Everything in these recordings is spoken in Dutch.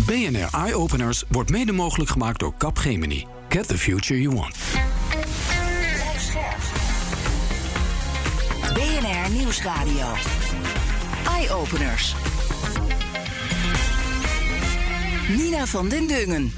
BNR Eye Openers wordt mede mogelijk gemaakt door Capgemini. Get the future you want. BNR Nieuwsradio. Eye Openers. Nina van den Dungen.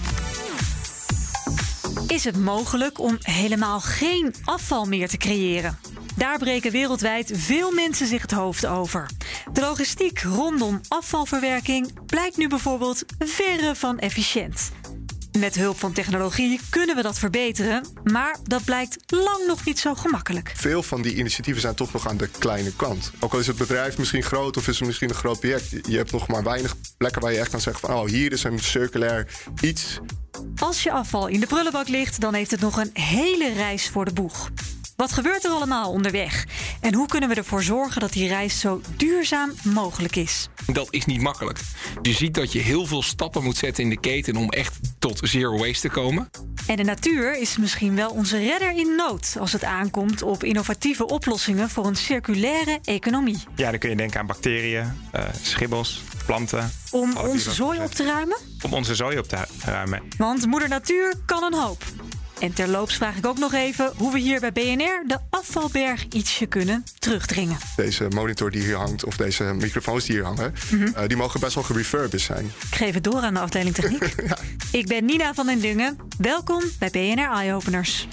Is het mogelijk om helemaal geen afval meer te creëren? Daar breken wereldwijd veel mensen zich het hoofd over. De logistiek rondom afvalverwerking blijkt nu bijvoorbeeld verre van efficiënt. Met hulp van technologie kunnen we dat verbeteren, maar dat blijkt lang nog niet zo gemakkelijk. Veel van die initiatieven zijn toch nog aan de kleine kant. Ook al is het bedrijf misschien groot of is het misschien een groot project, je hebt nog maar weinig plekken waar je echt kan zeggen van hier is een circulair iets. Als je afval in de prullenbak ligt, dan heeft het nog een hele reis voor de boeg. Wat gebeurt er allemaal onderweg? En hoe kunnen we ervoor zorgen dat die reis zo duurzaam mogelijk is? Dat is niet makkelijk. Je ziet dat je heel veel stappen moet zetten in de keten om echt tot zero waste te komen. En de natuur is misschien wel onze redder in nood als het aankomt op innovatieve oplossingen voor een circulaire economie. Ja, dan kun je denken aan bacteriën, schimmels, planten. Om onze zooi op te ruimen? Om onze zooi op te ruimen. Want moeder natuur kan een hoop. En terloops vraag ik ook nog even hoe we hier bij BNR de afvalberg ietsje kunnen terugdringen. Deze monitor die hier hangt, of deze microfoons die hier hangen, die mogen best wel gerefurbished zijn. Ik geef het door aan de afdeling techniek. Ja. Ik ben Nina van den Dungen. Welkom bij BNR Eye Openers.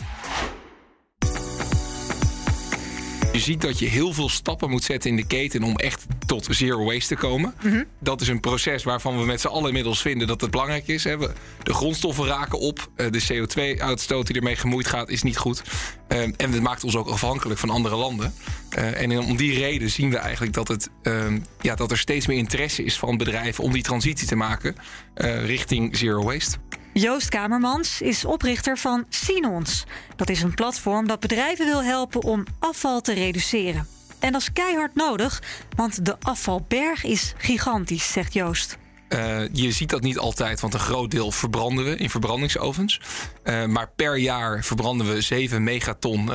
Je ziet dat je heel veel stappen moet zetten in de keten om echt tot zero waste te komen. Dat is een proces waarvan we met z'n allen inmiddels vinden dat het belangrijk is. De grondstoffen raken op. De CO2-uitstoot die ermee gemoeid gaat is niet goed. En het maakt ons ook afhankelijk van andere landen. En om die reden zien we eigenlijk dat er steeds meer interesse is van bedrijven om die transitie te maken richting zero waste. Joost Kamermans is oprichter van Sinons. Dat is een platform dat bedrijven wil helpen om afval te reduceren. En dat is keihard nodig, want de afvalberg is gigantisch, zegt Joost. Je ziet dat niet altijd, want een groot deel verbranden we in verbrandingsovens. Maar per jaar verbranden we 7 megaton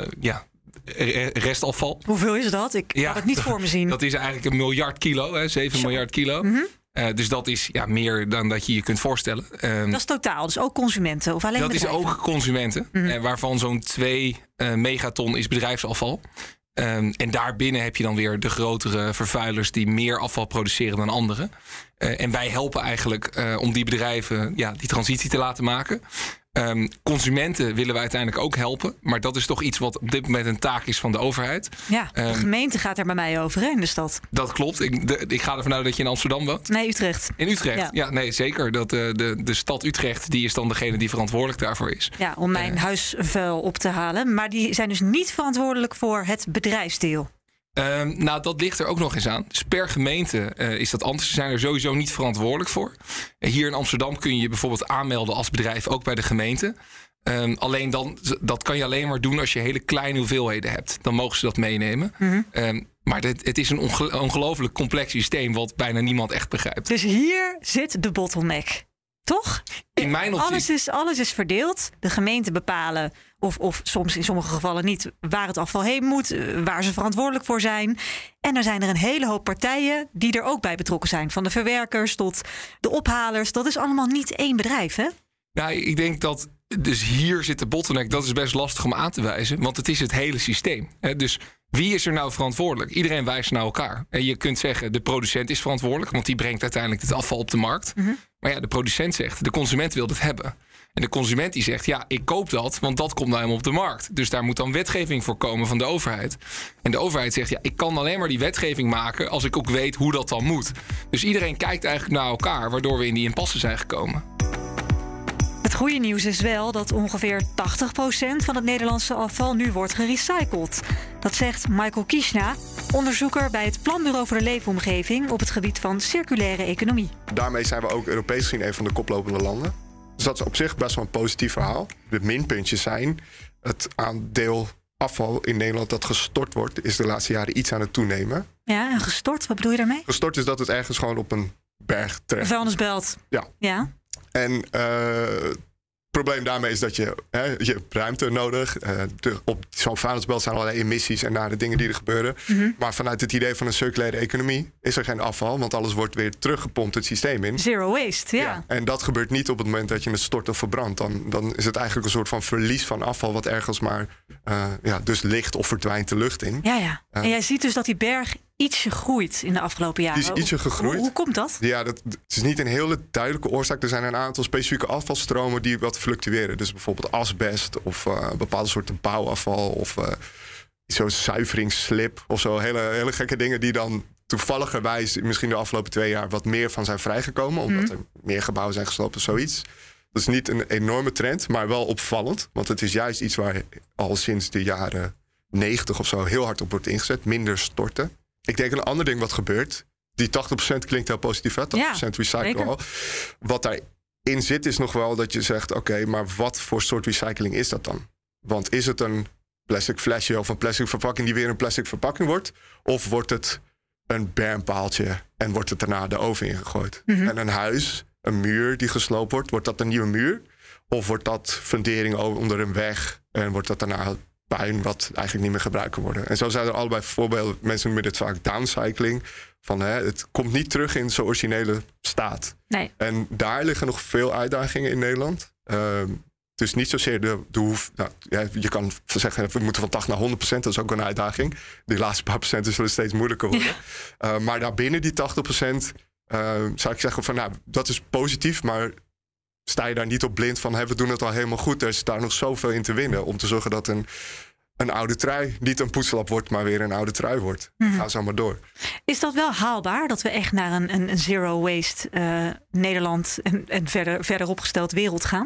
restafval. Hoeveel is dat? Ik kan het niet voor me zien. Dat is eigenlijk 1 miljard kilo, 7 miljard kilo. Dus dat is meer dan dat je je kunt voorstellen. Dat is totaal, dus ook consumenten of alleen dat bedrijven? Dat is ook consumenten, waarvan zo'n 2 megaton is bedrijfsafval. En daarbinnen heb je dan weer de grotere vervuilers die meer afval produceren dan anderen. En wij helpen eigenlijk om die bedrijven die transitie te laten maken. Consumenten willen we uiteindelijk ook helpen. Maar dat is toch iets wat op dit moment een taak is van de overheid. Ja, de gemeente gaat er bij mij over in de stad. Dat klopt. Ik ga ervan uit dat je in Amsterdam woont. Nee, Utrecht. In Utrecht? Ja, nee, zeker. Dat de stad Utrecht die is dan degene die verantwoordelijk daarvoor is. Ja, om mijn huisvuil op te halen. Maar die zijn dus niet verantwoordelijk voor het bedrijfsdeel. Dat ligt er ook nog eens aan. Dus per gemeente is dat anders. Ze zijn er sowieso niet verantwoordelijk voor. Hier in Amsterdam kun je je bijvoorbeeld aanmelden als bedrijf, ook bij de gemeente. Alleen dat kan je alleen maar doen als je hele kleine hoeveelheden hebt. Dan mogen ze dat meenemen. Maar het is een ongelooflijk complex systeem wat bijna niemand echt begrijpt. Dus hier zit de bottleneck. Toch? In mijn optiek... Alles is verdeeld. De gemeenten bepalen, of soms in sommige gevallen niet, waar het afval heen moet, waar ze verantwoordelijk voor zijn. En er zijn er een hele hoop partijen die er ook bij betrokken zijn. Van de verwerkers tot de ophalers. Dat is allemaal niet één bedrijf, hè? Ja, ik denk dat dus hier zit de bottleneck. Dat is best lastig om aan te wijzen, want het is het hele systeem. Dus wie is er nou verantwoordelijk? Iedereen wijst naar elkaar. En je kunt zeggen, de producent is verantwoordelijk, want die brengt uiteindelijk het afval op de markt. Maar de producent zegt, de consument wil het hebben. En de consument die zegt, ik koop dat, want dat komt nou helemaal op de markt. Dus daar moet dan wetgeving voor komen van de overheid. En de overheid zegt, ik kan alleen maar die wetgeving maken als ik ook weet hoe dat dan moet. Dus iedereen kijkt eigenlijk naar elkaar, waardoor we in die impasse zijn gekomen. Het goede nieuws is wel dat ongeveer 80% van het Nederlandse afval nu wordt gerecycled. Dat zegt Michael Kieschna, onderzoeker bij het Planbureau voor de Leefomgeving op het gebied van circulaire economie. Daarmee zijn we ook Europees gezien een van de koplopende landen. Dus dat is op zich best wel een positief verhaal. De minpuntjes zijn het aandeel afval in Nederland dat gestort wordt, is de laatste jaren iets aan het toenemen. Ja, en gestort, wat bedoel je daarmee? Gestort is dat het ergens gewoon op een berg terecht. Een vuilnisbelt. Ja. Ja. En probleem daarmee is dat je hebt ruimte nodig. Op zo'n vuilnisbelt zijn allerlei emissies en nare dingen die er gebeuren. Mm-hmm. Maar vanuit het idee van een circulaire economie is er geen afval, want alles wordt weer teruggepompt het systeem in. Zero waste, ja. En dat gebeurt niet op het moment dat je het stort of verbrandt. Dan is het eigenlijk een soort van verlies van afval wat ergens maar dus ligt of verdwijnt de lucht in. Ja. En jij ziet dus dat die berg ietsje groeit in de afgelopen jaren. Die is ietsje gegroeid. Hoe komt dat? Ja, het is niet een hele duidelijke oorzaak. Er zijn een aantal specifieke afvalstromen die wat fluctueren. Dus bijvoorbeeld asbest of bepaalde soorten bouwafval of zo'n zuiveringsslip of zo. Hele gekke dingen die dan toevalligerwijs misschien de afgelopen 2 jaar wat meer van zijn vrijgekomen. Omdat er meer gebouwen zijn gesloopt of zoiets. Dat is niet een enorme trend, maar wel opvallend. Want het is juist iets waar al sinds de jaren 90 of zo heel hard op wordt ingezet. Minder storten. Ik denk een ander ding wat gebeurt. Die 80% klinkt heel positief, hè? 80% recycle al. Wat daarin zit is nog wel dat je zegt, oké, maar wat voor soort recycling is dat dan? Want is het een plastic flesje of een plastic verpakking die weer een plastic verpakking wordt? Of wordt het een bermpaaltje en wordt het daarna de oven ingegooid? Mm-hmm. En een huis, een muur die gesloopt wordt dat een nieuwe muur? Of wordt dat fundering onder een weg en wordt dat daarna puin wat eigenlijk niet meer gebruikt kan worden? En zo zijn er allebei voorbeelden. Mensen noemen dit vaak downcycling. Van het komt niet terug in zijn originele staat. Nee. En daar liggen nog veel uitdagingen in Nederland. Dus niet zozeer je kan zeggen, we moeten van 80 naar 100%. Dat is ook een uitdaging. Die laatste paar procenten zullen steeds moeilijker worden. Ja. Maar daarbinnen die 80% zou ik zeggen van, dat is positief, maar sta je daar niet op blind van, we doen het al helemaal goed. Er is daar nog zoveel in te winnen om te zorgen dat een oude trui niet een poetslap wordt, maar weer een oude trui wordt. Mm-hmm. Ga zo maar door. Is dat wel haalbaar, dat we echt naar een zero waste Nederland en verder opgesteld wereld gaan?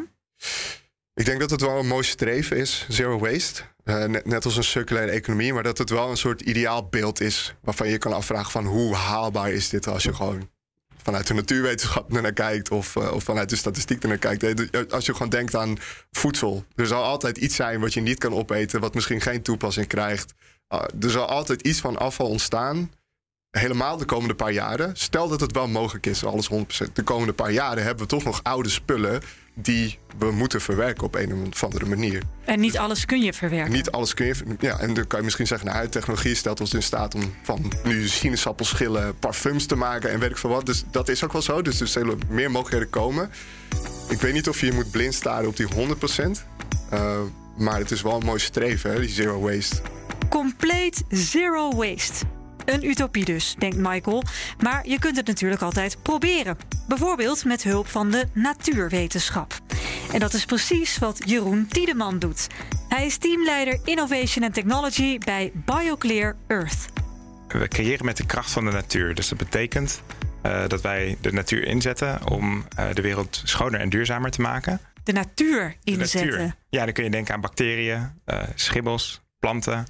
Ik denk dat het wel een mooi streven is, zero waste. Net als een circulaire economie, maar dat het wel een soort ideaalbeeld is waarvan je kan afvragen van hoe haalbaar is dit als je gewoon vanuit de natuurwetenschap naar kijkt of vanuit de statistiek naar kijkt. Als je gewoon denkt aan voedsel. Er zal altijd iets zijn wat je niet kan opeten, wat misschien geen toepassing krijgt. Er zal altijd iets van afval ontstaan. Helemaal de komende paar jaren. Stel dat het wel mogelijk is, alles 100%. De komende paar jaren hebben we toch nog oude spullen die we moeten verwerken op een of andere manier. En niet alles kun je verwerken. Niet alles kun je. Ja, en dan kan je misschien zeggen, de technologie stelt ons in staat om van nu sinaasappelschillen parfums te maken en weet ik veel wat. Dus dat is ook wel zo. Dus er zullen meer mogelijkheden komen. Ik weet niet of je moet blind staren op die 100%. Maar het is wel een mooi streven, die zero waste. Compleet zero waste. Een utopie dus, denkt Michael. Maar je kunt het natuurlijk altijd proberen. Bijvoorbeeld met hulp van de natuurwetenschap. En dat is precies wat Jeroen Tiedeman doet. Hij is teamleider Innovation and Technology bij BioClear Earth. We creëren met de kracht van de natuur. Dus dat betekent dat wij de natuur inzetten om de wereld schoner en duurzamer te maken. De natuur inzetten? De natuur. Ja, dan kun je denken aan bacteriën, schimmels, planten.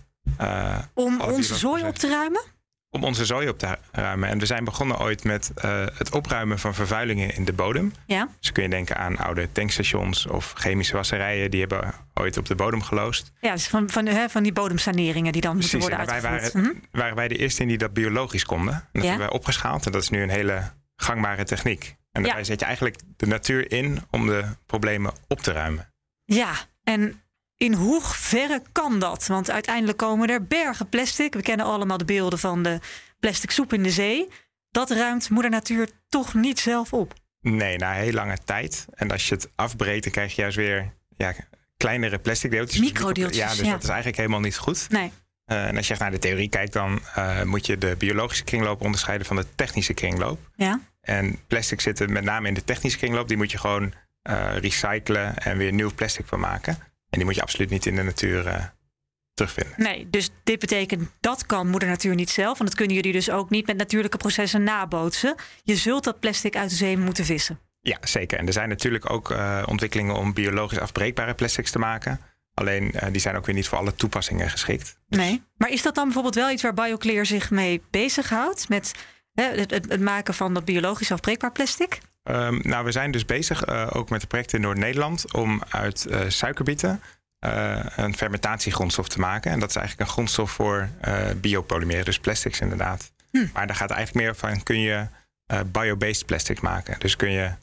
Om onze zooi op te ruimen? Om onze zooi op te ruimen. En we zijn begonnen ooit met het opruimen van vervuilingen in de bodem. Ja. Dus kun je denken aan oude tankstations of chemische wasserijen. Die hebben ooit op de bodem geloosd. Ja, dus van die bodemsaneringen die dan moeten worden uitgevoerd. Waren wij de eerste in die dat biologisch konden. En dat hebben wij opgeschaald. En dat is nu een hele gangbare techniek. En daarbij zet je eigenlijk de natuur in om de problemen op te ruimen. Ja, en in hoeverre kan dat? Want uiteindelijk komen er bergen plastic. We kennen allemaal de beelden van de plastic soep in de zee. Dat ruimt moeder natuur toch niet zelf op? Nee, na heel lange tijd. En als je het afbreekt, dan krijg je juist weer kleinere plastic deeltjes. Microdeeltjes. Ja, dus dat is eigenlijk helemaal niet goed. Nee. En als je echt naar de theorie kijkt, dan moet je de biologische kringloop onderscheiden van de technische kringloop. Ja. En plastic zitten met name in de technische kringloop. Die moet je gewoon recyclen en weer nieuw plastic van maken. En die moet je absoluut niet in de natuur terugvinden. Nee, dus dit betekent dat kan moeder natuur niet zelf. En dat kunnen jullie dus ook niet met natuurlijke processen nabootsen. Je zult dat plastic uit de zee moeten vissen. Ja, zeker. En er zijn natuurlijk ook ontwikkelingen om biologisch afbreekbare plastics te maken. Alleen die zijn ook weer niet voor alle toepassingen geschikt. Dus nee, maar is dat dan bijvoorbeeld wel iets waar BioClear zich mee bezighoudt? Met het maken van dat biologisch afbreekbaar plastic? We zijn dus bezig, ook met een project in Noord-Nederland, om uit suikerbieten een fermentatiegrondstof te maken. En dat is eigenlijk een grondstof voor biopolymeren, dus plastics inderdaad. Maar daar gaat eigenlijk meer van, kun je bio-based plastic maken. Dus kun je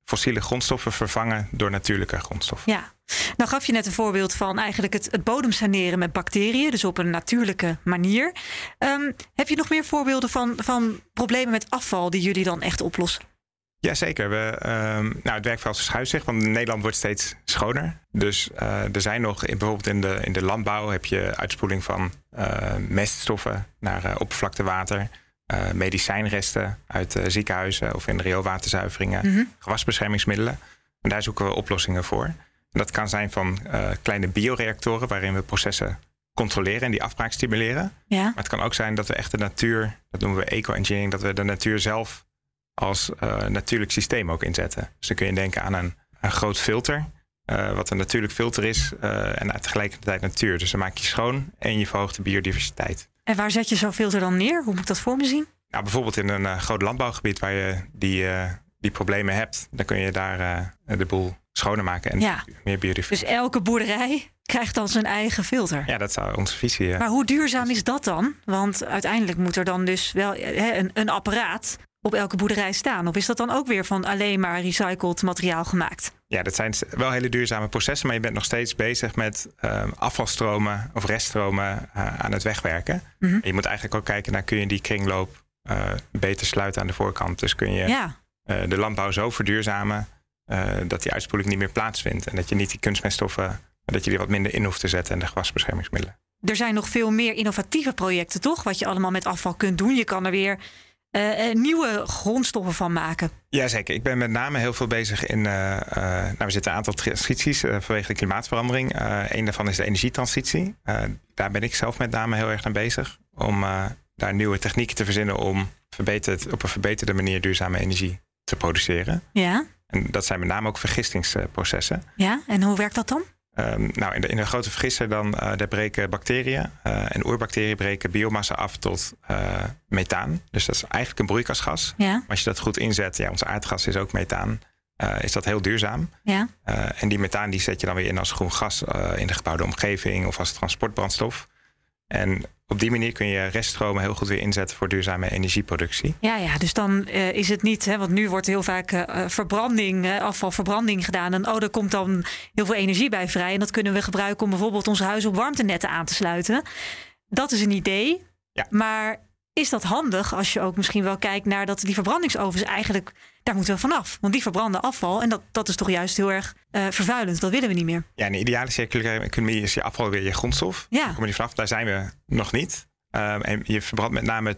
fossiele grondstoffen vervangen door natuurlijke grondstoffen. Ja, nou gaf je net een voorbeeld van eigenlijk het bodem saneren met bacteriën, dus op een natuurlijke manier. Heb je nog meer voorbeelden van problemen met afval die jullie dan echt oplossen? Jazeker. Het werkveld verschuift zich, want Nederland wordt steeds schoner. Dus er zijn nog, bijvoorbeeld in de landbouw heb je uitspoeling van meststoffen naar oppervlaktewater. Medicijnresten uit ziekenhuizen of in de rioolwaterzuiveringen. Gewasbeschermingsmiddelen. En daar zoeken we oplossingen voor. En dat kan zijn van kleine bioreactoren waarin we processen controleren en die afbraak stimuleren. Ja. Maar het kan ook zijn dat we echt de natuur, dat noemen we eco-engineering, dat we de natuur zelf als natuurlijk systeem ook inzetten. Dus dan kun je denken aan een groot filter, wat een natuurlijk filter is en tegelijkertijd natuur. Dus dan maak je schoon en je verhoogt de biodiversiteit. En waar zet je zo'n filter dan neer? Hoe moet ik dat voor me zien? Nou, bijvoorbeeld in een groot landbouwgebied waar je die problemen hebt, dan kun je daar de boel schoner maken en meer biodiversiteit. Dus elke boerderij krijgt dan zijn eigen filter? Ja, dat zou onze visie. Maar hoe duurzaam is dat dan? Want uiteindelijk moet er dan dus wel een apparaat op elke boerderij staan. Of is dat dan ook weer van alleen maar recycled materiaal gemaakt? Ja, dat zijn wel hele duurzame processen, maar je bent nog steeds bezig met afvalstromen of reststromen aan het wegwerken. En je moet eigenlijk ook kijken naar, kun je die kringloop beter sluiten aan de voorkant. Dus kun je de landbouw zo verduurzamen dat die uitspoeling niet meer plaatsvindt. En dat je niet die kunstmeststoffen, dat je die wat minder in hoeft te zetten en de gewasbeschermingsmiddelen. Er zijn nog veel meer innovatieve projecten, toch? Wat je allemaal met afval kunt doen. Je kan er weer nieuwe grondstoffen van maken. Jazeker. Ik ben met name heel veel bezig in we zitten een aantal transities vanwege de klimaatverandering. Een daarvan is de energietransitie. Daar ben ik zelf met name heel erg aan bezig. Om daar nieuwe technieken te verzinnen om op een verbeterde manier duurzame energie te produceren. Ja. En dat zijn met name ook vergistingsprocessen. Ja, en hoe werkt dat dan? In een grote vergisser daar breken bacteriën en oerbacteriën breken biomassa af tot methaan. Dus dat is eigenlijk een broeikasgas. Ja. Maar als je dat goed inzet, ons aardgas is ook methaan, is dat heel duurzaam. Ja. En die methaan die zet je dan weer in als groen gas in de gebouwde omgeving of als transportbrandstof. En op die manier kun je reststromen heel goed weer inzetten voor duurzame energieproductie. Ja, dus dan is het niet, want nu wordt heel vaak afvalverbranding gedaan. En er komt dan heel veel energie bij vrij. En dat kunnen we gebruiken om bijvoorbeeld ons huis op warmtenetten aan te sluiten. Dat is een idee. Ja. Maar is dat handig als je ook misschien wel kijkt naar dat die verbrandingsovens eigenlijk, daar moeten we vanaf. Want die verbranden afval en dat is toch juist heel erg vervuilend. Dat willen we niet meer. Ja, in de ideale circulaire economie is je afval weer je grondstof. Ja. Daar kom je niet vanaf. Daar zijn we nog niet. En je verbrandt met name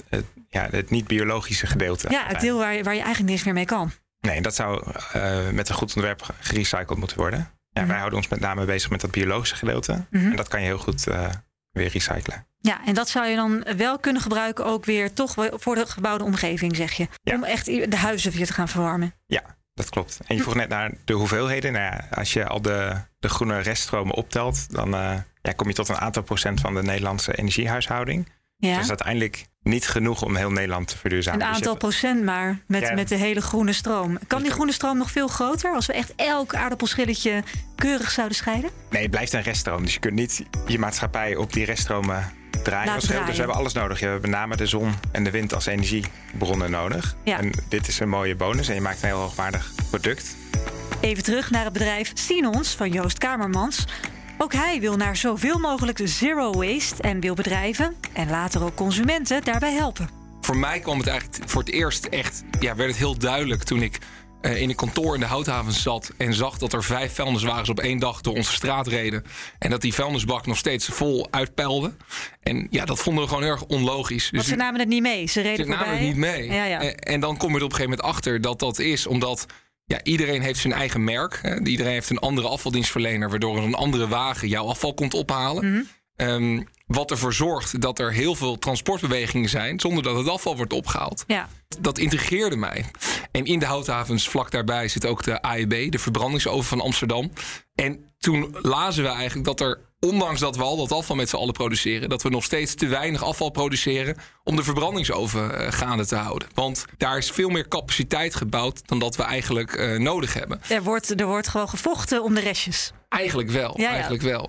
het niet-biologische gedeelte. Ja, het deel waar je eigenlijk niks meer mee kan. Nee, en dat zou met een goed ontwerp gerecycled moeten worden. Ja, wij houden ons met name bezig met dat biologische gedeelte. En dat kan je heel goed weer recyclen. Ja, en dat zou je dan wel kunnen gebruiken ook weer toch voor de gebouwde omgeving, zeg je. Ja. Om echt de huizen weer te gaan verwarmen. Ja, dat klopt. En je vroeg net naar de hoeveelheden. Nou ja, als je al de groene reststromen optelt, dan kom je tot een aantal procent van de Nederlandse energiehuishouding. Ja. Dus uiteindelijk niet genoeg om heel Nederland te verduurzamen. Een aantal procent maar met de hele groene stroom. Kan die groene stroom nog veel groter als we echt elk aardappelschilletje keurig zouden scheiden? Nee, het blijft een reststroom. Dus je kunt niet je maatschappij op die reststromen draaien. Dus we hebben alles nodig. We hebben met name de zon en de wind als energiebronnen nodig. Ja. En dit is een mooie bonus en je maakt een heel hoogwaardig product. Even terug naar het bedrijf Sinons van Joost Kamermans. Ook hij wil naar zoveel mogelijk zero waste en wil bedrijven en later ook consumenten daarbij helpen. Voor mij kwam het eigenlijk voor het eerst echt, werd het heel duidelijk toen ik in een kantoor in de Houthavens zat en zag dat er 5 vuilniswagens op 1 dag door onze straat reden. En dat die vuilnisbak nog steeds vol uitpeilde. En dat vonden we gewoon heel erg onlogisch. Want ze namen het niet mee. Ze namen het niet mee. Ja. En dan kom je er op een gegeven moment achter dat is omdat iedereen heeft zijn eigen merk. Iedereen heeft een andere afvaldienstverlener, waardoor een andere wagen jouw afval komt ophalen. Mm-hmm. Wat ervoor zorgt dat er heel veel transportbewegingen zijn zonder dat het afval wordt opgehaald. Ja. Dat intrigeerde mij. En in de Houthavens vlak daarbij zit ook de AEB, de verbrandingsoven van Amsterdam. En toen lazen we eigenlijk dat er, ondanks dat we al dat afval met z'n allen produceren, dat we nog steeds te weinig afval produceren om de verbrandingsoven gaande te houden. Want daar is veel meer capaciteit gebouwd dan dat we eigenlijk nodig hebben. Er wordt gewoon gevochten om de restjes. Eigenlijk wel. En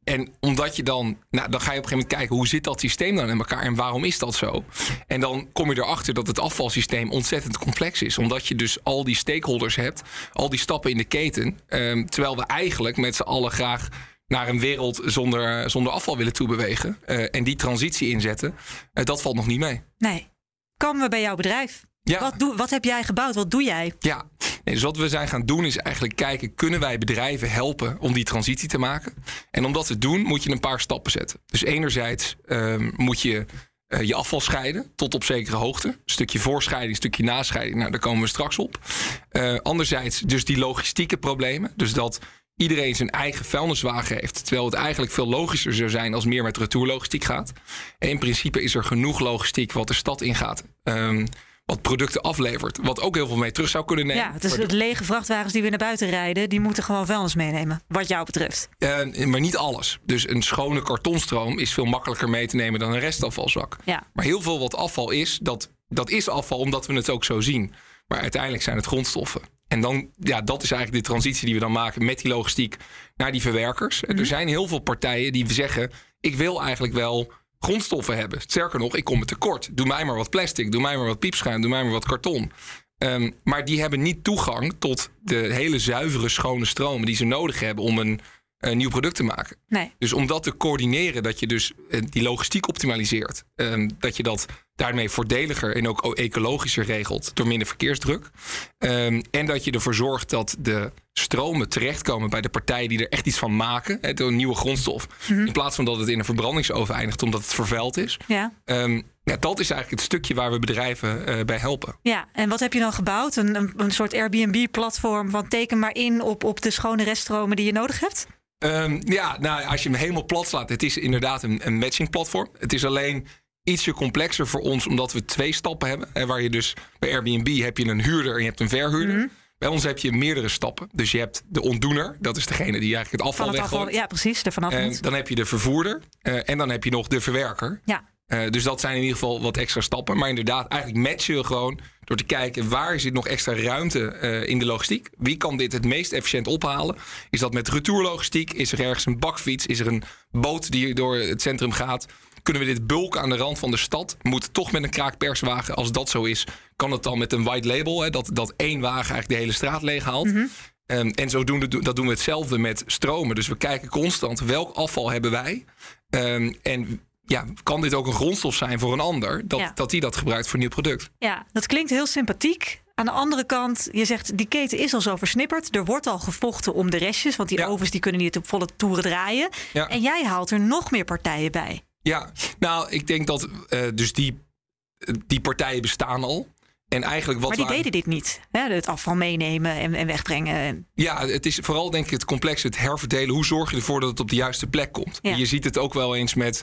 En omdat je dan ga je op een gegeven moment kijken, hoe zit dat systeem dan in elkaar en waarom is dat zo? En dan kom je erachter dat het afvalsysteem ontzettend complex is. Omdat je dus al die stakeholders hebt, al die stappen in de keten. Terwijl we eigenlijk met z'n allen graag naar een wereld zonder afval willen toebewegen. En die transitie inzetten, dat valt nog niet mee. Nee. Komen we bij jouw bedrijf? Ja. Wat heb jij gebouwd? Wat doe jij? Ja, dus wat we zijn gaan doen is eigenlijk kijken, kunnen wij bedrijven helpen om die transitie te maken? En om dat te doen moet je een paar stappen zetten. Dus enerzijds moet je je afval scheiden tot op zekere hoogte. Een stukje voorscheiding, een stukje nascheiding. Nou, daar komen we straks op. Anderzijds dus die logistieke problemen. Dus dat iedereen zijn eigen vuilniswagen heeft. Terwijl het eigenlijk veel logischer zou zijn als meer met retourlogistiek gaat. En in principe is er genoeg logistiek wat de stad ingaat. Wat producten aflevert. Wat ook heel veel mee terug zou kunnen nemen. Ja, het is de lege vrachtwagens die weer naar buiten rijden, die moeten gewoon vuilnis meenemen, wat jou betreft. Maar niet alles. Dus een schone kartonstroom is veel makkelijker mee te nemen dan een restafvalzak. Ja. Maar heel veel wat afval is, dat is afval omdat we het ook zo zien. Maar uiteindelijk zijn het grondstoffen. En dan, dat is eigenlijk de transitie die we dan maken met die logistiek naar die verwerkers. Mm-hmm. Er zijn heel veel partijen die zeggen, ik wil eigenlijk wel grondstoffen hebben. Sterker nog, ik kom het tekort. Doe mij maar wat plastic, doe mij maar wat piepschuim, doe mij maar wat karton. Maar die hebben niet toegang tot de hele zuivere, schone stromen die ze nodig hebben om een nieuw product te maken. Nee. Dus om dat te coördineren, dat je dus die logistiek optimaliseert. Dat je dat daarmee voordeliger en ook ecologischer regelt door minder verkeersdruk. En dat je ervoor zorgt dat de stromen terechtkomen bij de partijen die er echt iets van maken. Door een nieuwe grondstof. Mm-hmm. In plaats van dat het in een verbrandingsoven eindigt omdat het vervuild is. Ja. Dat is eigenlijk het stukje waar we bedrijven bij helpen. Ja, en wat heb je dan gebouwd? Een soort Airbnb-platform van teken maar in op de schone reststromen die je nodig hebt? Als je hem helemaal plat slaat, het is inderdaad een matching-platform. Het is alleen ietsje complexer voor ons, omdat we 2 stappen hebben. Waar je dus bij Airbnb heb je een huurder en je hebt een verhuurder. Mm-hmm. Bij ons heb je meerdere stappen. Dus je hebt de ontdoener, dat is degene die eigenlijk het afval weggooit. Ja, precies, er vanaf moet. Dan heb je de vervoerder en dan heb je nog de verwerker. Ja. Dus dat zijn in ieder geval wat extra stappen. Maar inderdaad, eigenlijk matchen we gewoon door te kijken waar zit nog extra ruimte in de logistiek. Wie kan dit het meest efficiënt ophalen? Is dat met retourlogistiek? Is er ergens een bakfiets? Is er een boot die door het centrum gaat? Kunnen we dit bulken aan de rand van de stad? Moet het toch met een kraakperswagen? Als dat zo is, kan het dan met een white label? Dat 1 wagen eigenlijk de hele straat leeghaalt. Mm-hmm. En zodoende dat doen we hetzelfde met stromen. Dus we kijken constant welk afval hebben wij. En kan dit ook een grondstof zijn voor een ander? Dat die dat gebruikt voor een nieuw product. Ja, dat klinkt heel sympathiek. Aan de andere kant, je zegt die keten is al zo versnipperd. Er wordt al gevochten om de restjes. Want die ovens die kunnen niet op volle toeren draaien. Ja. En jij haalt er nog meer partijen bij. Ja, nou, ik denk dat dus die partijen bestaan al. En eigenlijk maar die deden dit niet. Hè? Het afval meenemen en wegbrengen. Ja, het is vooral denk ik het complex, het herverdelen. Hoe zorg je ervoor dat het op de juiste plek komt? Ja. Je ziet het ook wel eens met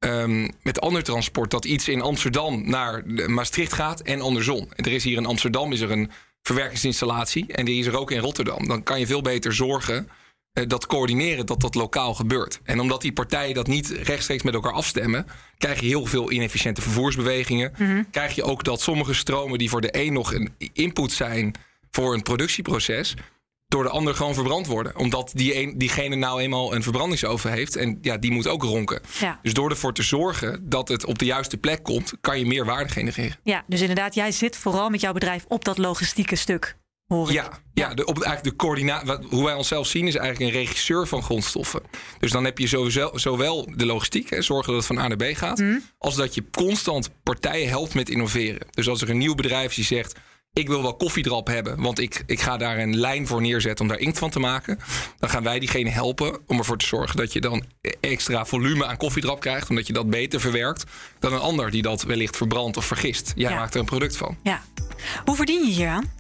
ander transport. Dat iets in Amsterdam naar Maastricht gaat en andersom. En er is hier in Amsterdam een verwerkingsinstallatie. En die is er ook in Rotterdam. Dan kan je veel beter zorgen dat coördineren dat lokaal gebeurt. En omdat die partijen dat niet rechtstreeks met elkaar afstemmen, krijg je heel veel inefficiënte vervoersbewegingen. Mm-hmm. Krijg je ook dat sommige stromen die voor de een nog een input zijn voor een productieproces, door de ander gewoon verbrand worden. Omdat diegene nou eenmaal een verbrandingsoven heeft en die moet ook ronken. Ja. Dus door ervoor te zorgen dat het op de juiste plek komt, kan je meer waarde genereren. Ja, dus inderdaad, jij zit vooral met jouw bedrijf op dat logistieke stuk. Eigenlijk de coördinatie. Hoe wij onszelf zien is eigenlijk een regisseur van grondstoffen. Dus dan heb je zowel de logistiek, zorgen dat het van A naar B gaat, als dat je constant partijen helpt met innoveren. Dus als er een nieuw bedrijf is die zegt, ik wil wel koffiedrap hebben, want ik ga daar een lijn voor neerzetten om daar inkt van te maken, dan gaan wij diegene helpen om ervoor te zorgen dat je dan extra volume aan koffiedrap krijgt, omdat je dat beter verwerkt dan een ander die dat wellicht verbrandt of vergist. Jij maakt er een product van. Ja. Hoe verdien je hier aan?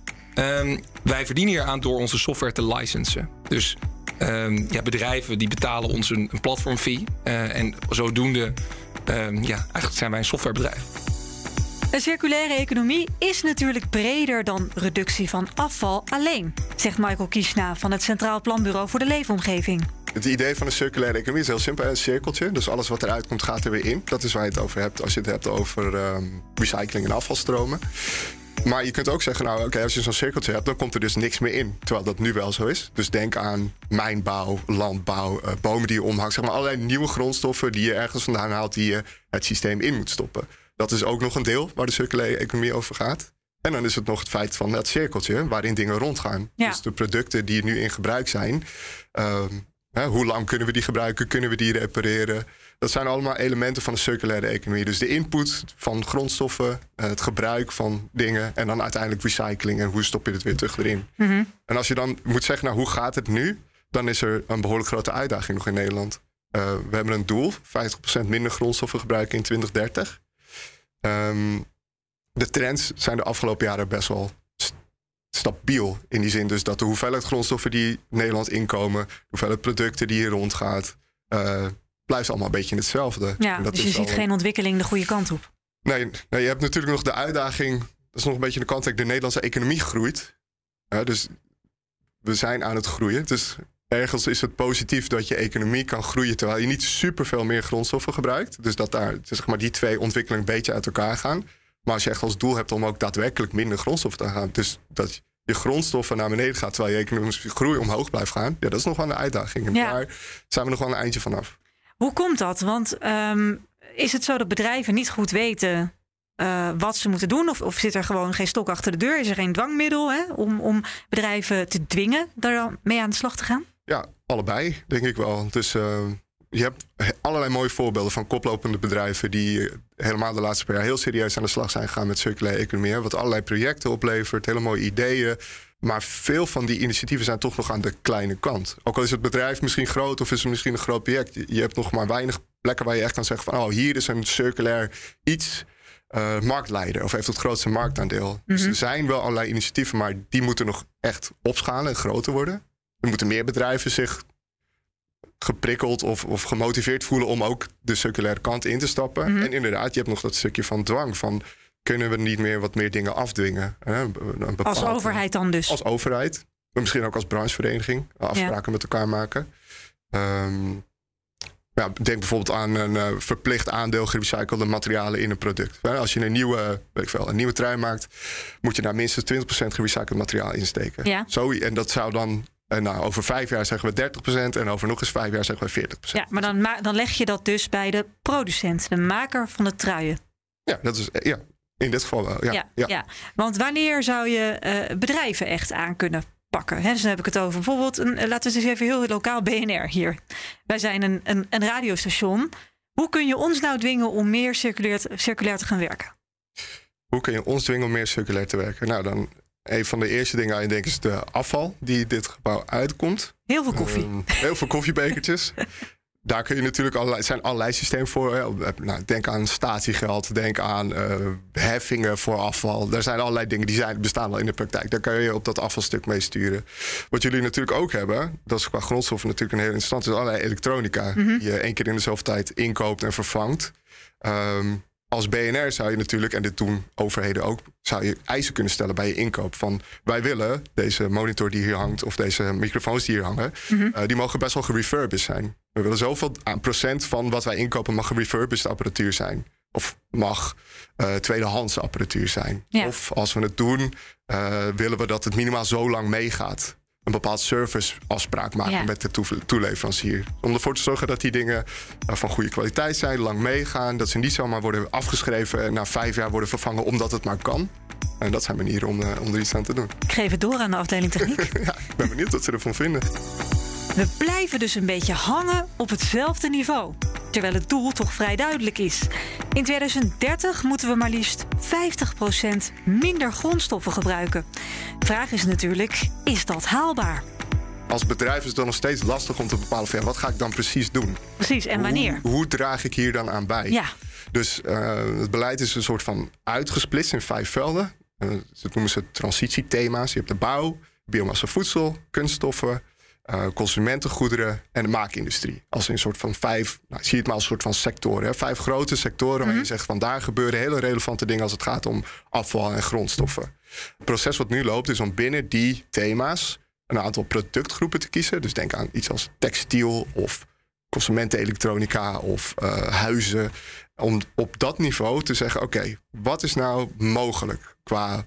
Wij verdienen hier aan door onze software te licensen. Dus bedrijven die betalen ons een platformfee. En zodoende eigenlijk zijn wij een softwarebedrijf. Een circulaire economie is natuurlijk breder dan reductie van afval alleen, zegt Michael Kieschna van het Centraal Planbureau voor de Leefomgeving. Het idee van een circulaire economie is heel simpel. Een cirkeltje. Dus alles wat eruit komt, gaat er weer in. Dat is waar je het over hebt als je het hebt over recycling en afvalstromen. Maar je kunt ook zeggen, als je zo'n cirkeltje hebt, dan komt er dus niks meer in. Terwijl dat nu wel zo is. Dus denk aan mijnbouw, landbouw, bomen die je omhangt. Zeg maar allerlei nieuwe grondstoffen die je ergens vandaan haalt, die je het systeem in moet stoppen. Dat is ook nog een deel waar de circulaire economie over gaat. En dan is het nog het feit van het cirkeltje waarin dingen rondgaan. Ja. Dus de producten die nu in gebruik zijn. Hoe lang kunnen we die gebruiken? Kunnen we die repareren? Dat zijn allemaal elementen van de circulaire economie. Dus de input van grondstoffen, het gebruik van dingen en dan uiteindelijk recycling en hoe stop je het weer terug erin. Mm-hmm. En als je dan moet zeggen, hoe gaat het nu? Dan is er een behoorlijk grote uitdaging nog in Nederland. We hebben een doel, 50% minder grondstoffen gebruiken in 2030. De trends zijn de afgelopen jaren best wel stabiel. In die zin dus dat de hoeveelheid grondstoffen die Nederland inkomen, de hoeveelheid producten die hier rondgaat, blijft allemaal een beetje in hetzelfde. Ja, dat dus je ziet geen ontwikkeling de goede kant op. Nee, je hebt natuurlijk nog de uitdaging, dat is nog een beetje de kant dat de Nederlandse economie groeit. Dus we zijn aan het groeien. Dus ergens is het positief dat je economie kan groeien terwijl je niet superveel meer grondstoffen gebruikt. Dus dat daar zeg maar, die twee ontwikkelingen een beetje uit elkaar gaan. Maar als je echt als doel hebt om ook daadwerkelijk minder grondstoffen te gaan, dus dat je grondstoffen naar beneden gaat terwijl je economische groei omhoog blijft gaan, ja, dat is nog wel een uitdaging. En daar zijn we nog wel een eindje vanaf. Hoe komt dat? Want is het zo dat bedrijven niet goed weten wat ze moeten doen? Of zit er gewoon geen stok achter de deur? Is er geen dwangmiddel om bedrijven te dwingen daar dan mee aan de slag te gaan? Ja, allebei, denk ik wel. Dus je hebt allerlei mooie voorbeelden van koplopende bedrijven die helemaal de laatste paar jaar heel serieus aan de slag zijn gegaan met circulaire economie. Wat allerlei projecten oplevert, hele mooie ideeën. Maar veel van die initiatieven zijn toch nog aan de kleine kant. Ook al is het bedrijf misschien groot of is het misschien een groot project. Je hebt nog maar weinig plekken waar je echt kan zeggen van hier is een circulair iets marktleider of heeft het grootste marktaandeel. Mm-hmm. Dus er zijn wel allerlei initiatieven, maar die moeten nog echt opschalen en groter worden. Er moeten meer bedrijven zich geprikkeld of gemotiveerd voelen om ook de circulaire kant in te stappen. Mm-hmm. En inderdaad, je hebt nog dat stukje van dwang van kunnen we niet meer wat meer dingen afdwingen? Als overheid dan dus? Als overheid. Misschien ook als branchevereniging. Afspraken met elkaar maken. Denk bijvoorbeeld aan een verplicht aandeel gerecyclede materialen in een product. Als je een nieuwe trui maakt, moet je daar minstens 20% gerecycled materiaal insteken. Ja. En dat zou dan over 5 jaar zeggen we 30% en over nog eens 5 jaar zeggen we 40%. Ja, maar dan leg je dat dus bij de producent, de maker van de truien. Ja, dat is in dit geval wel. Ja. Want wanneer zou je bedrijven echt aan kunnen pakken? Dus dan heb ik het over bijvoorbeeld, laten we eens even heel lokaal BNR hier. Wij zijn een radiostation. Hoe kun je ons nou dwingen om meer circulair te gaan werken? Hoe kun je ons dwingen om meer circulair te werken? Nou, dan een van de eerste dingen aan je denkt is de afval die dit gebouw uitkomt. Heel veel koffie. Heel veel koffiebekertjes. Daar kun je natuurlijk allerlei systemen voor. Denk aan statiegeld, denk aan heffingen voor afval. Er zijn allerlei dingen die bestaan al in de praktijk. Daar kun je op dat afvalstuk mee sturen. Wat jullie natuurlijk ook hebben, dat is qua grondstoffen natuurlijk een heel interessant, is allerlei elektronica. Mm-hmm. Die je 1 keer in dezelfde tijd inkoopt en vervangt. Als BNR zou je natuurlijk, en dit doen overheden ook, zou je eisen kunnen stellen bij je inkoop. Van wij willen deze monitor die hier hangt of deze microfoons die hier hangen, die mogen best wel gerefurbished zijn. We willen zoveel procent van wat wij inkopen mag gerefurbished apparatuur zijn. Of mag tweedehands apparatuur zijn. Ja. Of als we het doen, willen we dat het minimaal zo lang meegaat. Een bepaald serviceafspraak maken met de toeleverancier. Om ervoor te zorgen dat die dingen van goede kwaliteit zijn, lang meegaan. Dat ze niet zomaar worden afgeschreven en na 5 jaar worden vervangen omdat het maar kan. En dat zijn manieren om er iets aan te doen. Ik geef het door aan de afdeling techniek. Ja, ik ben benieuwd wat ze ervan vinden. We blijven dus een beetje hangen op hetzelfde niveau. Terwijl het doel toch vrij duidelijk is. In 2030 moeten we maar liefst 50% minder grondstoffen gebruiken. De vraag is natuurlijk, is dat haalbaar? Als bedrijf is het dan nog steeds lastig om te bepalen van wat ga ik dan precies doen? Precies, en wanneer? Hoe draag ik hier dan aan bij? Ja. Dus het beleid is een soort van uitgesplitst in 5 velden. Dat noemen ze transitiethema's. Je hebt de bouw, biomassa voedsel, kunststoffen, consumentengoederen en de maakindustrie. Als een soort van 5, zie je het maar als een soort van sectoren. Hè? 5 grote sectoren waar je zegt van daar gebeuren hele relevante dingen als het gaat om afval en grondstoffen. Het proces wat nu loopt is om binnen die thema's een aantal productgroepen te kiezen. Dus denk aan iets als textiel of consumentenelektronica of huizen. Om op dat niveau te zeggen, oké, wat is nou mogelijk qua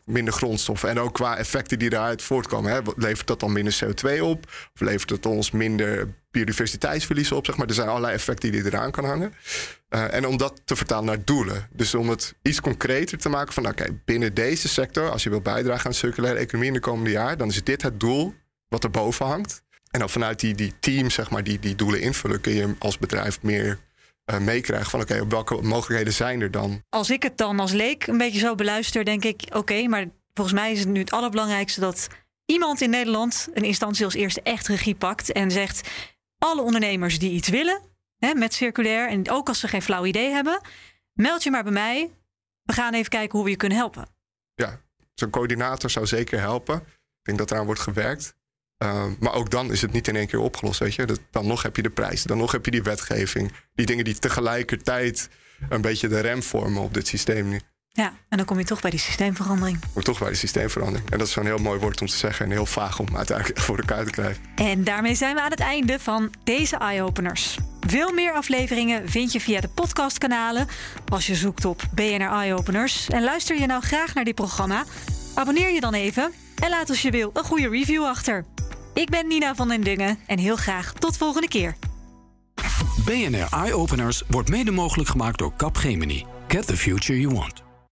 minder grondstoffen. En ook qua effecten die daaruit voortkomen. Hè. Levert dat dan minder CO2 op? Of levert het ons minder biodiversiteitsverlies op? Zeg maar. Er zijn allerlei effecten die eraan kan hangen. En om dat te vertalen naar doelen. Dus om het iets concreter te maken van... oké, binnen deze sector, als je wil bijdragen aan de circulaire economie in de komende jaar... dan is dit het doel wat erboven hangt. En dan vanuit die team, zeg maar, die doelen invullen... kun je als bedrijf meer meekrijgen van... oké, welke mogelijkheden zijn er dan? Als ik het dan als leek een beetje zo beluister, denk ik... oké, maar volgens mij is het nu het allerbelangrijkste... dat iemand in Nederland een instantie als eerste echt regie pakt... en zegt, alle ondernemers die iets willen met circulair... en ook als ze geen flauw idee hebben... meld je maar bij mij. We gaan even kijken hoe we je kunnen helpen. Ja, zo'n coördinator zou zeker helpen. Ik denk dat eraan wordt gewerkt. Maar ook dan is het niet in één keer opgelost, weet je. Dan nog heb je de prijzen, dan nog heb je die wetgeving. Die dingen die tegelijkertijd een beetje de rem vormen op dit systeem nu. Ja, en dan kom je toch bij die systeemverandering. En dat is zo'n heel mooi woord om te zeggen en heel vaag om uiteindelijk voor elkaar te krijgen. En daarmee zijn we aan het einde van deze Eye-Openers. Veel meer afleveringen vind je via de podcastkanalen als je zoekt op BNR Eye-Openers. En luister je nou graag naar dit programma? Abonneer je dan even en laat als je wil een goede review achter. Ik ben Nina van den Dungen en heel graag tot volgende keer. BNR Eye-Openers wordt mede mogelijk gemaakt door Capgemini. Get the future you want.